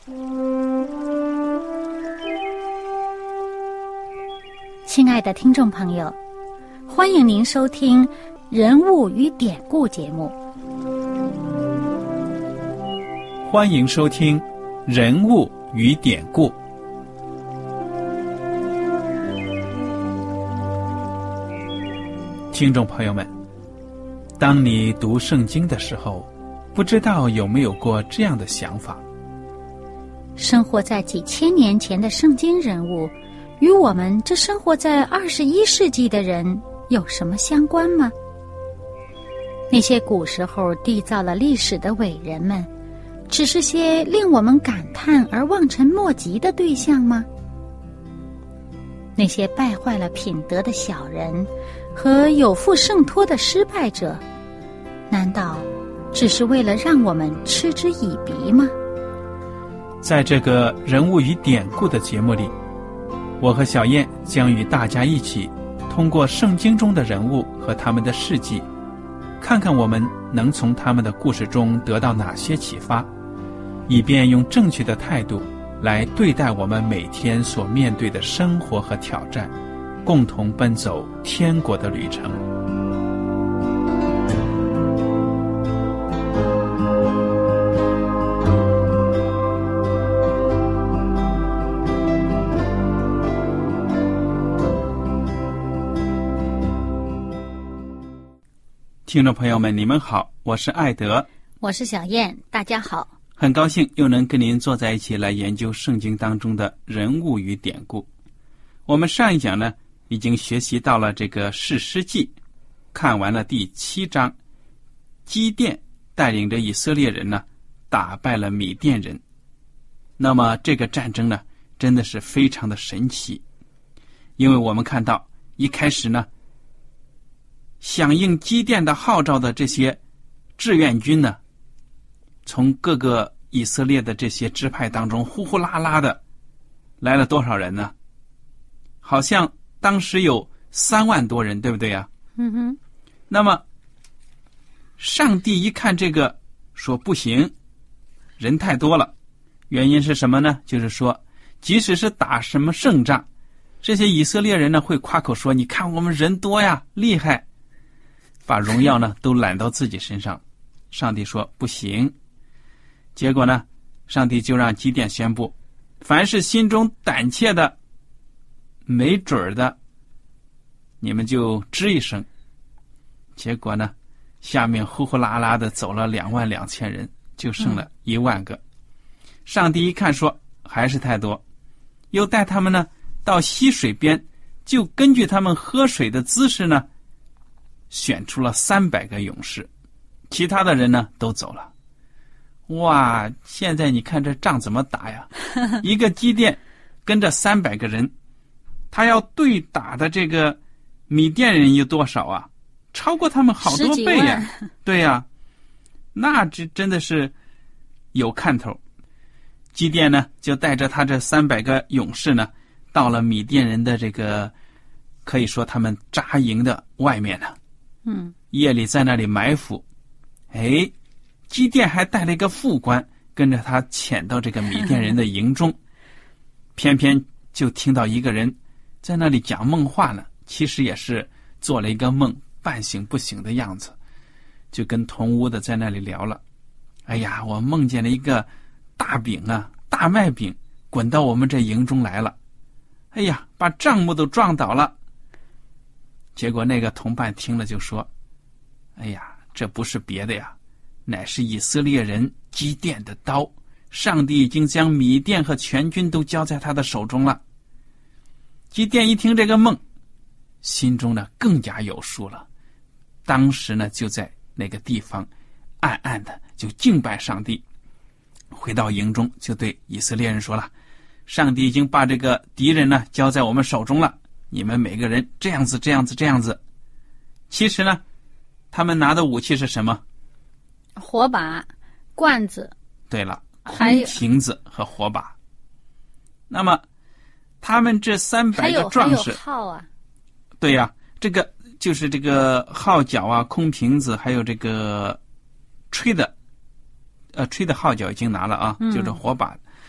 亲爱的听众朋友，欢迎您收听《人物与典故》节目。 欢迎收听《人物与典故》。听众朋友们，当你读圣经的时候，不知道有没有过这样的想法？ 生活在几千年前的圣经人物，与我们这生活在21世纪的人有什么相关吗？那些古时候缔造了历史的伟人们，只是些令我们感叹而望尘莫及的对象吗？那些败坏了品德的小人和有负圣托的失败者，难道只是为了让我们嗤之以鼻吗？ 在这个人物与典故的节目里，我和小燕将与大家一起通过圣经中的人物和他们的事迹，看看我们能从他们的故事中得到哪些启发，以便用正确的态度来对待我们每天所面对的生活和挑战，共同奔走天国的旅程。听众朋友们，你们好，我是艾德， 我是小燕，大家好。 很高兴又能跟您坐在一起来研究圣经当中的人物与典故。我们上一讲呢，已经学习到了这个士师记，看完了第7章，基甸带领着以色列人呢，打败了米甸人。那么这个战争呢，真的是非常的神奇，因为我们看到一开始呢，响应基甸的号召的这些志愿军呢，从各个以色列的这些支派当中呼呼啦啦的来了多少人呢？好像当时有3万多人，对不对啊？ 嗯哼。 那么上帝一看这个，说不行，人太多了。原因是什么呢？就是说即使是打什么胜仗，这些以色列人呢会夸口说，你看我们人多呀，厉害，把荣耀呢都揽到自己身上。上帝说不行。结果呢，上帝就让基甸宣布，凡是心中胆怯的，没准的，你们就吱一声。结果呢，下面呼呼啦啦的走了22000人，就剩了1万个。上帝一看说还是太多，又带他们呢到溪水边，就根据他们喝水的姿势呢，选出了300个勇士，其他的人呢都走了。哇，现在你看这仗怎么打呀？一个基甸跟着300个人，他要对打的这个米甸人有多少啊？超过他们好多倍呀！对呀，那这真的是有看头。基甸呢就带着他这300个勇士呢，到了米甸人的这个可以说他们扎营的外面呢。夜里在那里埋伏。基甸还带了一个副官跟着他潜到这个米甸人的营中，偏偏就听到一个人在那里讲梦话呢，其实也是做了一个梦，半醒不醒的样子，就跟同屋的在那里聊了。哎呀，我梦见了一个大饼啊，大麦饼滚到我们这营中来了，哎呀，把帐幕都撞倒了。结果那个同伴听了就说，哎呀，这不是别的呀，乃是以色列人基甸的刀，上帝已经将米甸和全军都交在他的手中了。基甸一听这个梦，心中呢更加有数了，当时呢就在那个地方暗暗的就敬拜上帝。回到营中就对以色列人说了，上帝已经把这个敌人呢交在我们手中了，你们每个人这样子这样子这样子。其实呢他们拿的武器是什么？ 火把、罐子。 对了，空瓶子和火把。那么他们这300个壮士， 还有号啊。 对呀，这个就是这个号角啊、空瓶子，还有这个吹的号角已经拿了啊，就是火把。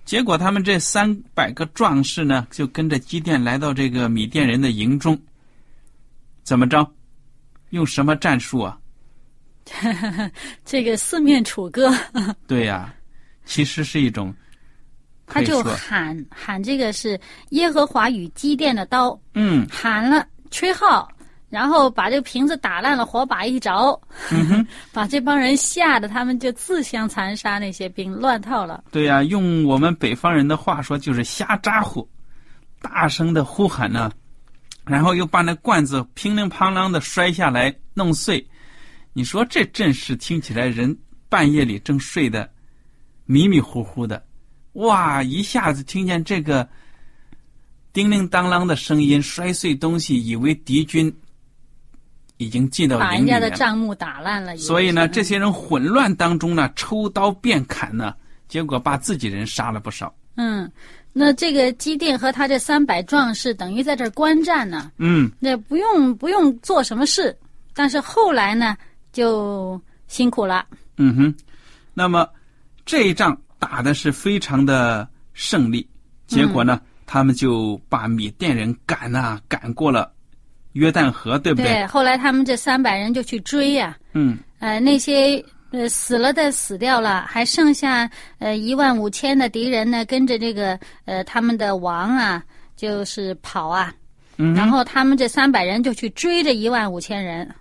结果他们这300个壮士呢，就跟着基甸来到这个米甸人的营中，怎么着？用什么战术啊？ 这个四面楚歌。 对呀，其实是一种， 他就喊这个是耶和华与基甸的刀，喊了吹号，然后把这个瓶子打烂了，火把一着，把这帮人吓得他们就自相残杀，那些兵乱套了。 对呀，用我们北方人的话说就是瞎咋呼，大声的呼喊呢，然后又把那罐子乒铃乓啷的摔下来弄碎。你说这阵势听起来人半夜里正睡得迷迷糊糊的，哇，一下子听见这个叮铃当啷的声音，摔碎东西，以为敌军已经进到营里面，把人家的帐幕打烂了。 所以呢，这些人混乱当中呢，抽刀便砍呢，结果把自己人杀了不少。 那这个基甸和他这300壮士等于在这儿观战呢。那不用做什么事，但是后来呢就辛苦了。 那么这一仗打的是非常的胜利，结果呢，他们就把米甸人赶过了约旦河，对不对？ 对，后来他们这300人就去追呀。那些死了的死掉了，还剩下15000的敌人呢，跟着这个他们的王啊，就是跑啊。然后他们这300人就去追这15000人。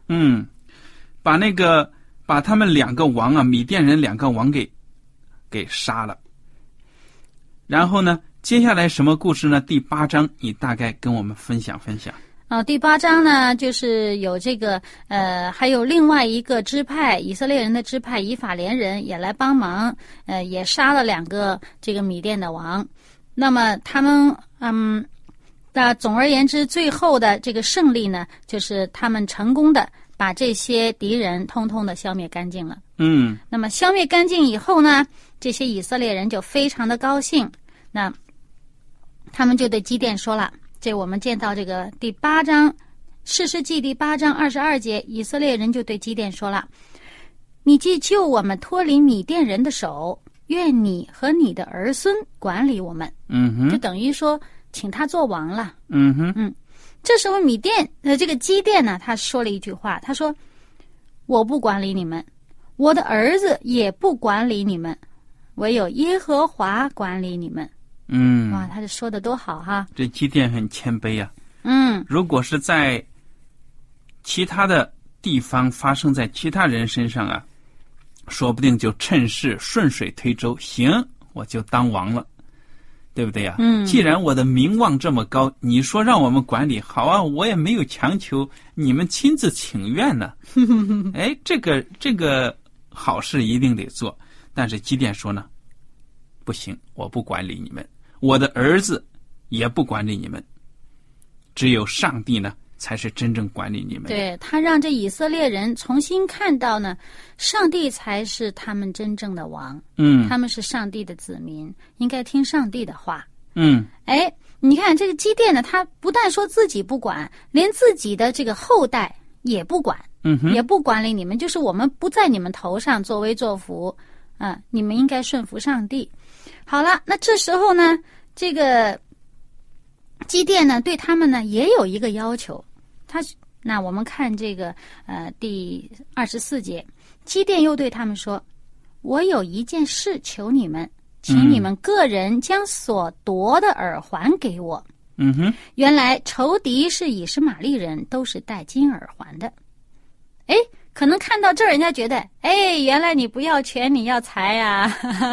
把他们2个王啊，米甸人2个王给杀了。然后呢，接下来什么故事呢？第8章你大概跟我们分享。 第8章呢，就是有这个还有另外一个支派，以色列人的支派以法莲人也来帮忙，也杀了2个这个米甸的王。那么他们那总而言之，最后的这个胜利呢，就是他们成功的把这些敌人通通的消灭干净了。那么消灭干净以后呢，这些以色列人就非常的高兴。那他们就对基甸说了，这我们见到这个第8章士师记第8章22节，以色列人就对基甸说了，你既救我们脱离米甸人的手，愿你和你的儿孙管理我们。就等于说请他做王了。这时候这个基甸呢，他说了一句话，他说，我不管理你们，我的儿子也不管理你们，唯有耶和华管理你们。哇，他这说的多好哈！ 这基甸很谦卑啊。如果是在其他的地方发生在其他人身上啊，说不定就趁势顺水推舟，行，我就当王了，对不对呀？既然我的名望这么高，你说让我们管理，好啊，我也没有强求，你们亲自请愿呢。这个好事一定得做。但是基甸说呢，不行，我不管理你们，我的儿子也不管理你们，只有上帝呢才是真正管理你们。 对，他让这以色列人重新看到呢，上帝才是他们真正的王。他们是上帝的子民，应该听上帝的话。你看这个基甸呢，他不但说自己不管，连自己的这个后代也不管，也不管理你们，就是我们不在你们头上作威作福你们应该顺服上帝。好了，那这时候呢，这个基甸呢对他们呢也有一个要求。那我们看这个第24节，基甸又对他们说，我有一件事求你们，请你们个人将所夺的耳环给我。原来仇敌是以实玛利人，都是戴金耳环的。可能看到这儿，人家觉得，原来你不要权，你要财呀。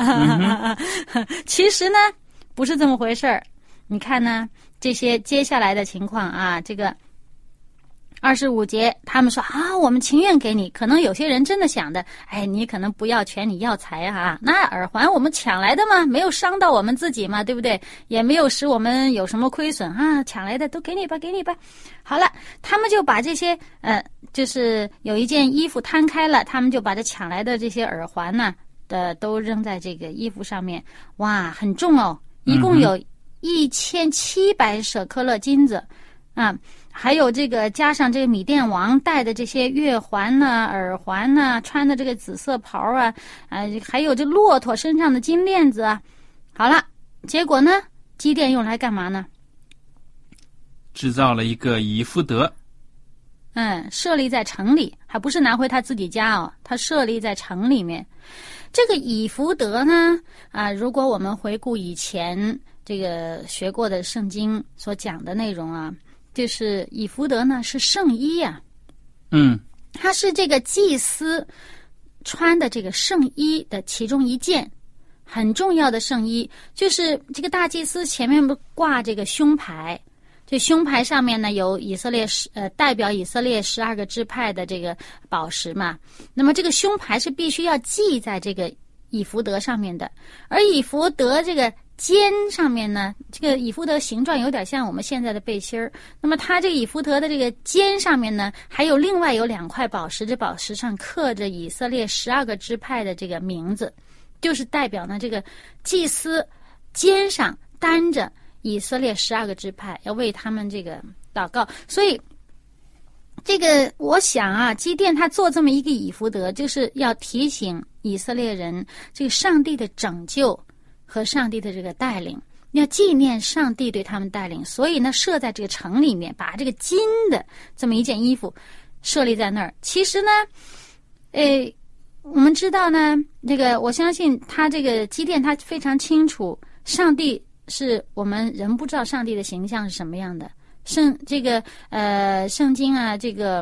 其实呢，不是这么回事儿。你看呢，这些接下来的情况啊，这个25节，他们说我们情愿给你。可能有些人真的想的，你可能不要权，你要财啊。那耳环我们抢来的嘛，没有伤到我们自己嘛，对不对？也没有使我们有什么亏损抢来的都给你吧，给你吧。好了，他们就把这些就是有一件衣服摊开了，他们就把这抢来的这些耳环呢都扔在这个衣服上面。哇，很重哦，一共有1700舍克勒金子还有这个加上这个米甸王戴的这些月环耳环穿的这个紫色袍还有这骆驼身上的金链子好了， 结果呢，基甸用来干嘛呢？ 制造了一个以弗得， 设立在城里，还不是拿回他自己家哦，他设立在城里面。这个以弗得呢，如果我们回顾以前这个学过的圣经所讲的内容啊，就是以弗得呢是圣衣啊，它是这个祭司穿的这个圣衣的其中一件，很重要的圣衣，就是这个大祭司前面不挂这个胸牌，这胸牌上面呢有以色列代表以色列12个支派的这个宝石嘛，那么这个胸牌是必须要系在这个以弗得上面的，而以弗得这个肩上面呢，这个以弗得形状有点像我们现在的背心儿，那么它这个以弗得的这个肩上面呢，还有另外有2块宝石，这宝石上刻着以色列12个支派的这个名字，就是代表呢这个祭司肩上担着以色列12个支派，要为他们这个祷告。所以这个我想啊，基甸他做这么一个以弗得，就是要提醒以色列人这个上帝的拯救和上帝的这个带领，要纪念上帝对他们带领，所以呢设在这个城里面，把这个金的这么一件衣服设立在那儿。其实呢我们知道呢，这个我相信他这个基甸他非常清楚，上帝是我们人不知道上帝的形象是什么样的。圣经啊，这个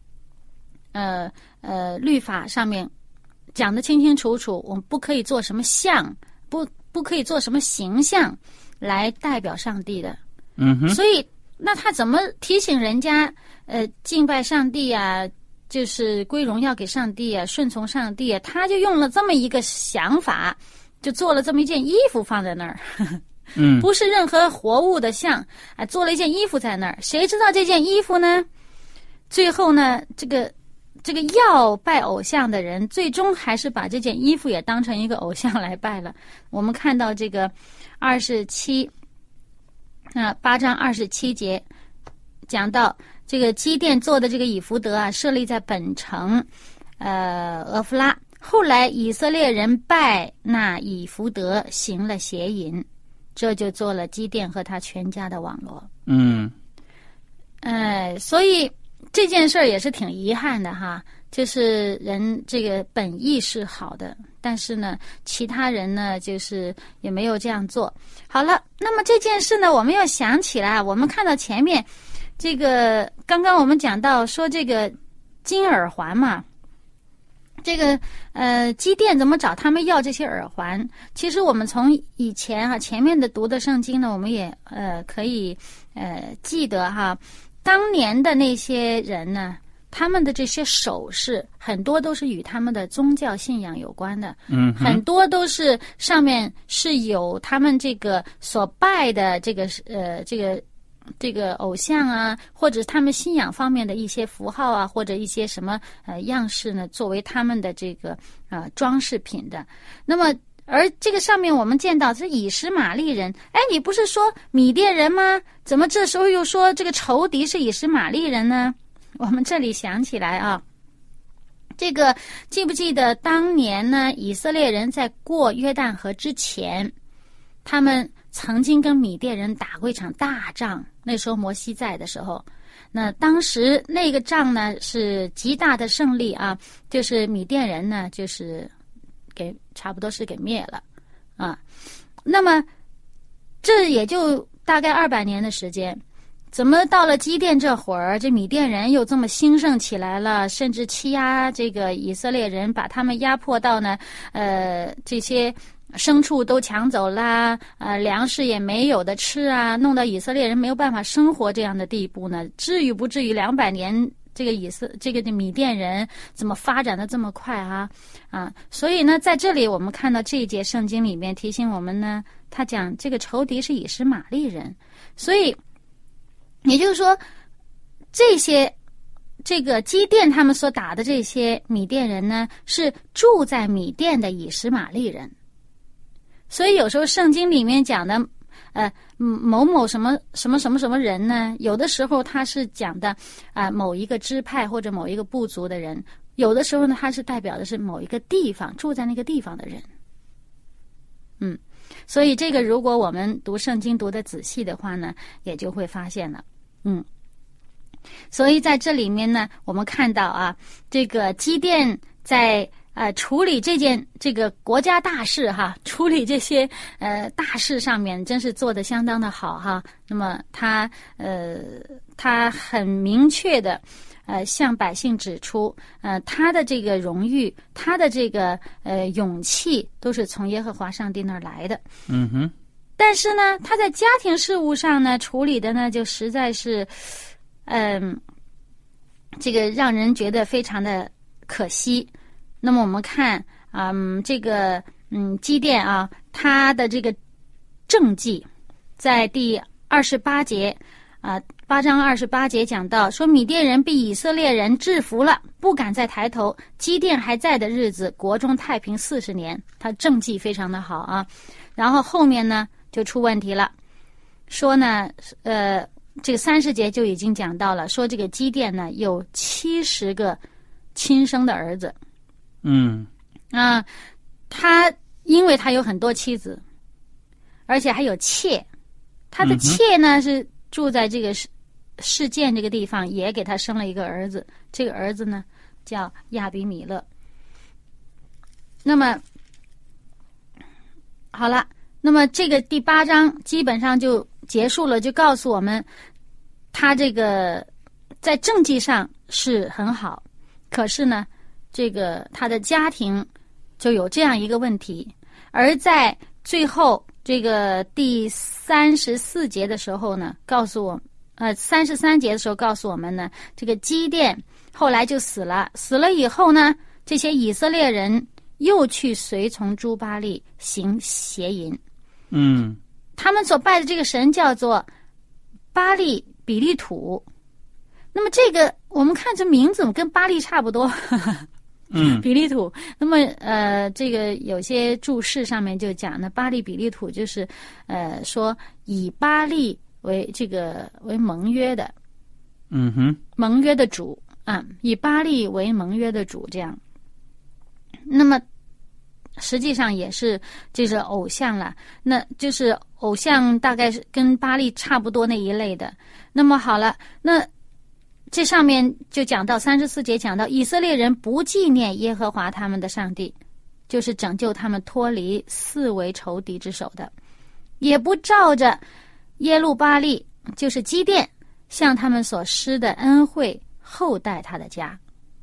律法上面讲得清清楚楚，我们不可以做什么像，不可以做什么形象来代表上帝的。所以那他怎么提醒人家敬拜上帝啊，就是归荣耀给上帝啊，顺从上帝啊，他就用了这么一个想法，就做了这么一件衣服放在那儿。不是任何活物的像，做了一件衣服在那儿。谁知道这件衣服呢？最后呢，这个要拜偶像的人，最终还是把这件衣服也当成一个偶像来拜了。我们看到这个8章27节讲到，这个基甸做的这个以弗得啊，设立在本城俄弗拉。后来以色列人拜那以弗得，行了邪淫。这就做了基甸和他全家的网络。所以这件事儿也是挺遗憾的哈，就是人这个本意是好的，但是呢，其他人呢就是也没有这样做。好了，那么这件事呢，我们要想起来，我们看到前面这个刚刚我们讲到说这个金耳环嘛。这个基甸怎么找他们要这些耳环？其实我们从以前前面的读的圣经呢，我们也可以记得哈，当年的那些人呢，他们的这些首饰很多都是与他们的宗教信仰有关的，很多都是上面是有他们这个所拜的这个偶像啊，或者他们信仰方面的一些符号啊，或者一些什么样式呢，作为他们的这个装饰品的。那么而这个上面我们见到是以实玛利人，你不是说米甸人吗？怎么这时候又说这个仇敌是以实玛利人呢？我们这里想起来啊，这个记不记得当年呢，以色列人在过约旦河之前，他们曾经跟米甸人打过一场大仗，那时候摩西在的时候，那当时那个仗呢是极大的胜利啊，就是米甸人呢就是差不多是给灭了啊。那么这也就大概200年的时间，怎么到了基甸这会儿，这米甸人又这么兴盛起来了，甚至欺压这个以色列人，把他们压迫到呢这些牲畜都抢走啦，粮食也没有的吃啊，弄到以色列人没有办法生活这样的地步呢？至于不至于200年这个米甸人怎么发展的这么快啊？所以呢，在这里我们看到这一节圣经里面提醒我们呢，他讲这个仇敌是以实玛利人，所以也就是说，这个基甸他们所打的这些米甸人呢，是住在米甸的以实玛利人。所以有时候圣经里面讲的某某什么什么什么什么人呢，有的时候他是讲的某一个支派或者某一个部族的人，有的时候呢他是代表的是某一个地方，住在那个地方的人。 所以这个如果我们读圣经读得仔细的话呢，也就会发现了。所以在这里面呢，我们看到啊，这个基甸在处理这个国家大事哈，处理这些大事上面真是做得相当的好哈。那么他很明确的向百姓指出，他的这个荣誉，他的这个勇气，都是从耶和华上帝那儿来的。但是呢，他在家庭事务上呢处理的呢，就实在是，这个让人觉得非常的可惜。那么我们看这个基甸啊，他的这个政绩，在第28节8章28节讲到说，米甸人被以色列人制服了，不敢再抬头。基甸还在的日子，国中太平40年，他政绩非常的好啊。然后后面呢就出问题了，说呢这个30节就已经讲到了，说这个基甸呢有70个亲生的儿子。他因为他有很多妻子，而且还有妾，他的妾呢是住在这个示剑这个地方，也给他生了一个儿子，这个儿子呢叫亚比米勒。那么好了，那么这个第8章基本上就结束了，就告诉我们他这个在政绩上是很好，可是呢这个他的家庭就有这样一个问题。而在最后这个第34节的时候呢，告诉我33节的时候告诉我们呢，这个基甸后来就死了以后呢，这些以色列人又去随从诸巴力行邪淫。他们所拜的这个神叫做巴力比利土。那么这个我们看这名字跟巴力差不多比利土。那么这个有些注释上面就讲呢，巴力比利土就是说以巴力为盟约的，盟约的主以巴力为盟约的主这样。那么实际上也是就是偶像了，那就是偶像大概是跟巴力差不多那一类的。那么好了，那这上面就讲到34节讲到以色列人不纪念耶和华他们的上帝，就是拯救他们脱离四围仇敌之手的，也不照着耶路巴力就是基甸向他们所施的恩惠厚待他的家。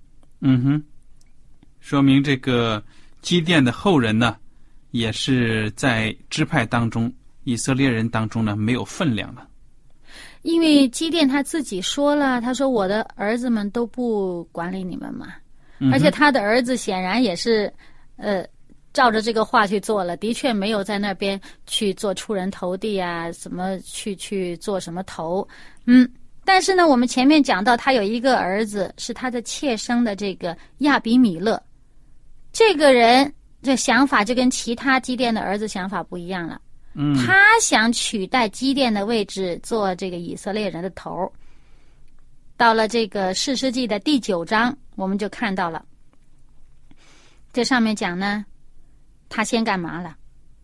说明这个基甸的后人呢，也是在支派当中以色列人当中呢没有分量了。 因为基甸他自己说了，他说我的儿子们都不管理你们嘛，而且他的儿子显然也是照着这个话去做了，的确没有在那边去做出人头地啊，什么去做什么头。但是呢我们前面讲到他有一个儿子是他的妾生的这个亚比米勒，这个人这想法就跟其他基甸的儿子想法不一样了。他想取代基甸的位置做这个以色列人的头。到了这个士师记的第9章我们就看到了，这上面讲呢他先干嘛了？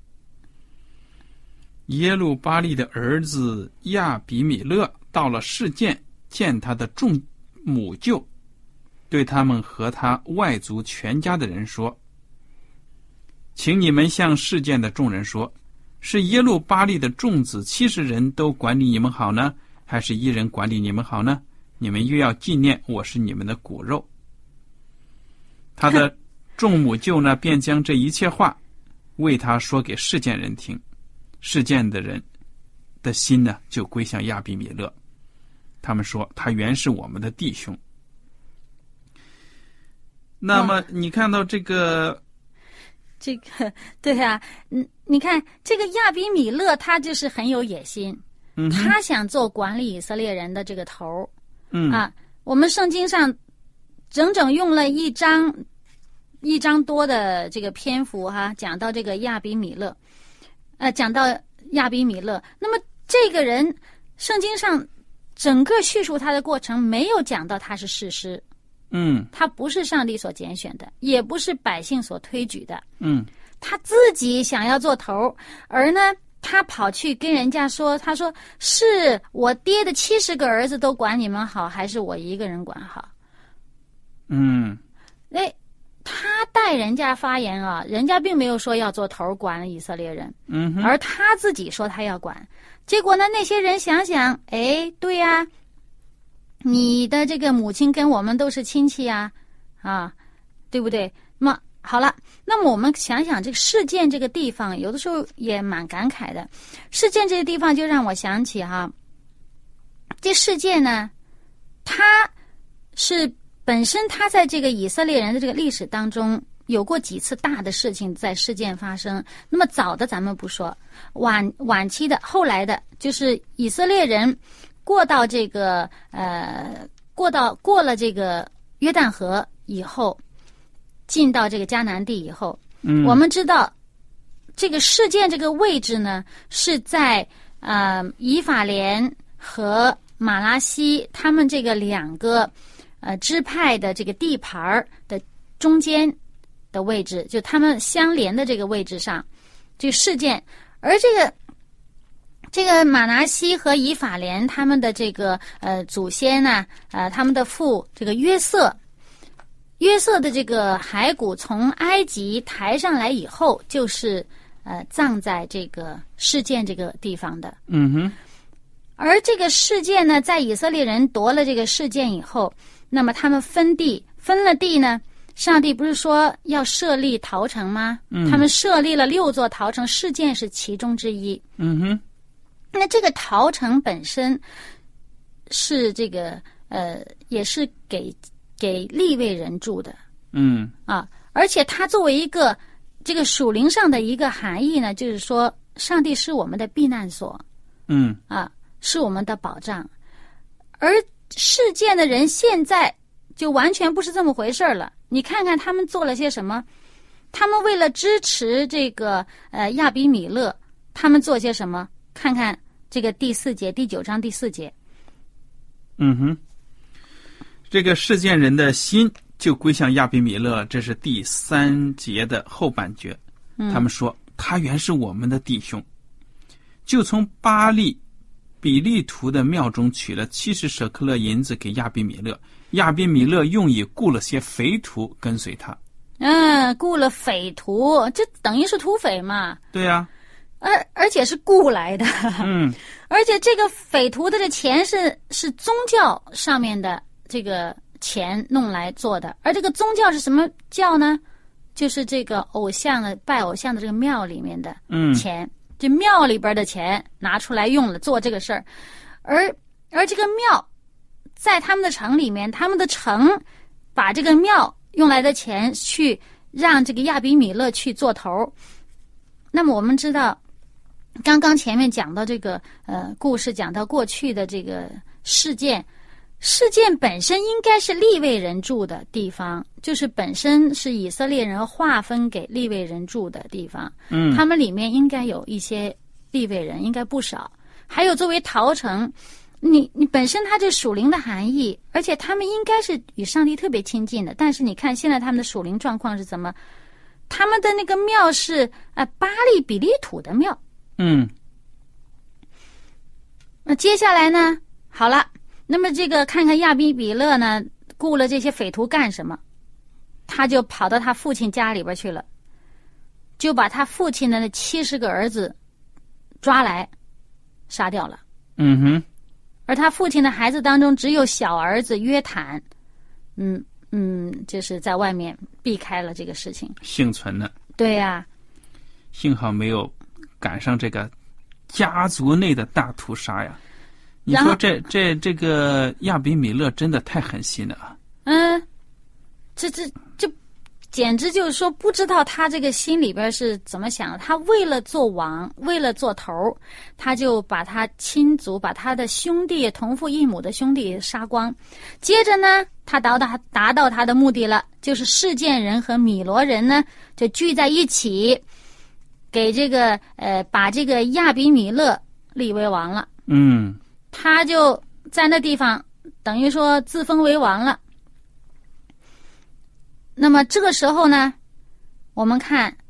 耶路巴力的儿子亚比米勒到了示剑，见他的众母舅，对他们和他外族全家的人说，请你们向示剑的众人说，是耶路巴力的众子70人都管理你们好呢，还是一人管理你们好呢？你们又要纪念我是你们的骨肉。他的众母舅呢，便将这一切话为他说给示剑人听，示剑的人的心呢就归向亚比米勒。他们说他原是我们的弟兄。那么你看到这个对啊，你看这个亚比米勒他就是很有野心，他想做管理以色列人的这个头。我们圣经上整整用了一章多的这个篇幅讲到这个亚比米勒，讲到亚比米勒。那么这个人圣经上整个叙述他的过程没有讲到他是士师，他不是上帝所拣选的，也不是百姓所推举的， 他自己想要做头，而呢他跑去跟人家说，他说是我爹的70个儿子都管你们好，还是我一个人管好？他代人家发言啊，人家并没有说要做头管以色列人，而他自己说他要管。结果呢，那些人想想，哎，对呀，你的这个母亲跟我们都是亲戚啊，对不对？那么好了，那么我们想想这个事件这个地方，有的时候也蛮感慨的。事件这个地方就让我想起这事件呢，它是本身它在这个以色列人的这个历史当中有过几次大的事情在事件发生。那么早的咱们不说，晚期的后来的，就是以色列人过到这个过了这个约旦河以后，进到这个迦南地以后，我们知道这个事件这个位置呢是在以法莲和马拉西他们这个两个支派的这个地盘的中间的位置，就他们相连的这个位置上，这个事件。而这个马拿西和以法莲他们的这个祖先呢，他们的父这个约瑟的这个骸骨从埃及抬上来以后，就是葬在这个事件这个地方的。而这个事件呢，在以色列人夺了这个事件以后，那么他们分了地呢，上帝不是说要设立逃城吗？他们设立了6座逃城，事件是其中之一。那这个逃城本身是这个也是给利未人住的。而且它作为一个这个属灵上的一个含义呢，就是说上帝是我们的避难所。是我们的保障。而事件的人现在就完全不是这么回事了。你看看他们做了些什么？他们为了支持这个亚比米勒，他们做些什么？看看这个第9章第4节。 这个事件人的心就归向亚比米勒，这是第3节的后半节。他们说他原是我们的弟兄，就从巴利比利图的庙中取了70舍克勒银子给亚比米勒，亚比米勒用以雇了些匪徒跟随他。 雇了匪徒，这等于是土匪嘛？ 对啊， 而且是雇来的。而且这个匪徒的这钱是宗教上面的这个钱弄来做的。而这个宗教是什么教呢？就是这个拜偶像的这个庙里面的钱。这庙里边的钱拿出来用了做这个事儿。而这个庙在他们的城里面，他们的城把这个庙用来的钱去让这个亚比米勒去做头。那么我们知道刚刚前面讲到这个故事，讲到过去的这个事件本身应该是利未人住的地方，就是本身是以色列人划分给利未人住的地方。他们里面应该有一些利未人，应该不少。还有作为逃城，你本身它这属灵的含义，而且他们应该是与上帝特别亲近的。但是你看现在他们的属灵状况是怎么？他们的那个庙是巴利比利土的庙。那接下来呢？好了。那么这个看看亚比米勒呢，雇了这些匪徒干什么？他就跑到他父亲家里边去了，就把他父亲的那70个儿子抓来杀掉了。而他父亲的孩子当中只有小儿子约坦，就是在外面避开了这个事情， 幸存了。 对呀， 幸好没有赶上这个家族内的大屠杀呀。你说这个亚比米勒真的太狠心了啊！ 这简直就是说，不知道他这个心里边是怎么想的。他为了做王，为了做头，他就把他亲族，把他的兄弟同父异母的兄弟杀光。接着呢，他达到他的目的了，就是事件人和米罗人呢就聚在一起，给这个把这个亚比米勒立为王了。他就在那地方等于说自封为王了。那么这个时候呢，我们看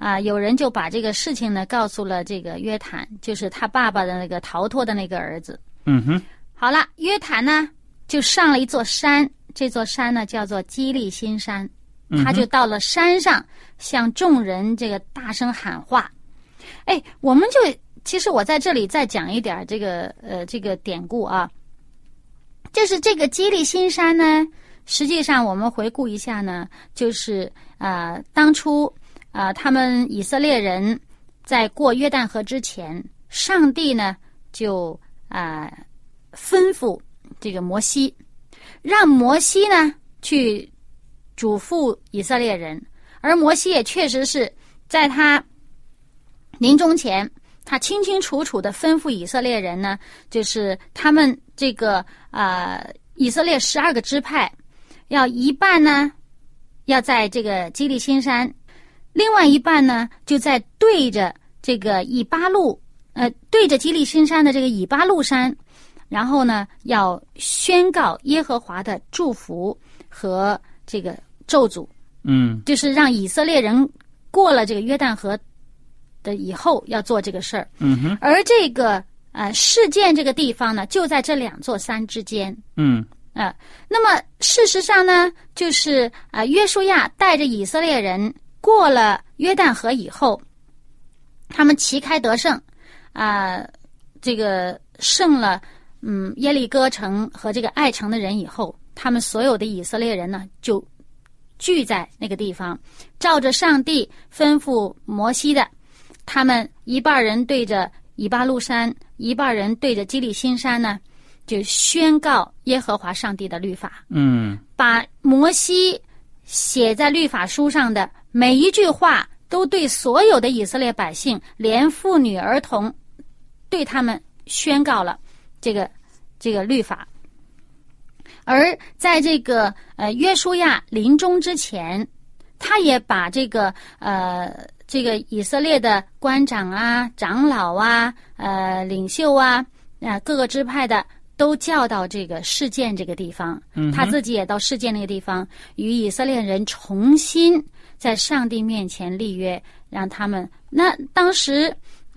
有人就把这个事情呢告诉了这个约坦，就是他爸爸的那个逃脱的那个儿子。好了，约坦呢就上了一座山，这座山呢叫做基利心山，他就到了山上，向众人这个大声喊话。我们其实我在这里再讲一点这个典故啊，就是这个基利心山呢，实际上我们回顾一下呢，就是当初他们以色列人在过约旦河之前，上帝呢就吩咐这个摩西，让摩西呢去嘱咐以色列人，而摩西也确实是在他临终前，他清清楚楚地吩咐以色列人呢，就是他们这个以色列12个支派，要一半呢要在这个基利心山，另外一半呢就在对着这个以巴路对着基利心山的这个以巴路山，然后呢要宣告耶和华的祝福和这个咒诅，就是让以色列人过了这个约旦河的以后要做这个事儿。而这个事件这个地方呢，就在这2座山之间。那么事实上呢，就是约书亚带着以色列人过了约旦河以后，他们旗开得胜，这个胜了耶利哥城和这个爱城的人以后，他们所有的以色列人呢就聚在那个地方，照着上帝吩咐摩西的，他们一半人对着以巴路山，一半人对着基利心山呢，就宣告耶和华上帝的律法。把摩西写在律法书上的每一句话都对所有的以色列百姓，连妇女儿童，对他们宣告了这个律法。而在这个约书亚临终之前，他也把这个以色列的官长啊、长老啊、领袖啊、各个支派的都叫到这个示剑这个地方，他自己也到示剑那个地方，与以色列人重新在上帝面前立约，让他们。那当时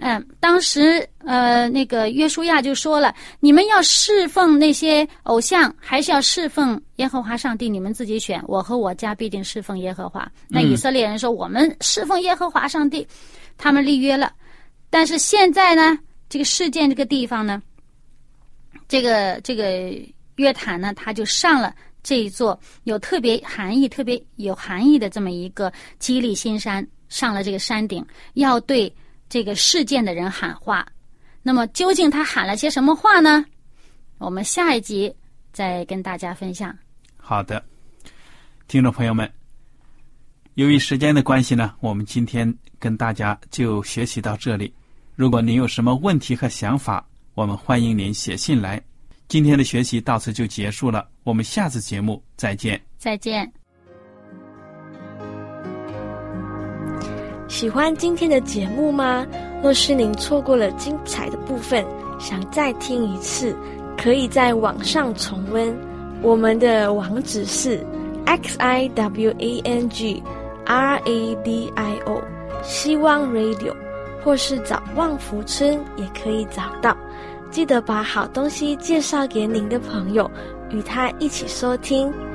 那个约书亚就说了，你们要侍奉那些偶像，还是要侍奉耶和华上帝？你们自己选，我和我家必定侍奉耶和华。那以色列人说，我们侍奉耶和华上帝，他们立约了。但是现在呢，这个事件这个地方呢，这个约坦呢，他就上了这一座有特别有含义的这么一个基利心山，上了这个山顶，要对这个事件的人喊话。那么究竟他喊了些什么话呢？我们下一集再跟大家分享。 好的，听众朋友们，由于时间的关系呢，我们今天跟大家就学习到这里。如果您有什么问题和想法，我们欢迎您写信来。今天的学习到此就结束了，我们下次节目再见。 再见。 喜欢今天的节目吗？若是您错过了精彩的部分，想再听一次，可以在网上重温。我们的网址是 XIWANGRADIO 希望 Radio， 或是找旺福村也可以找到。记得把好东西介绍给您的朋友，与他一起收听。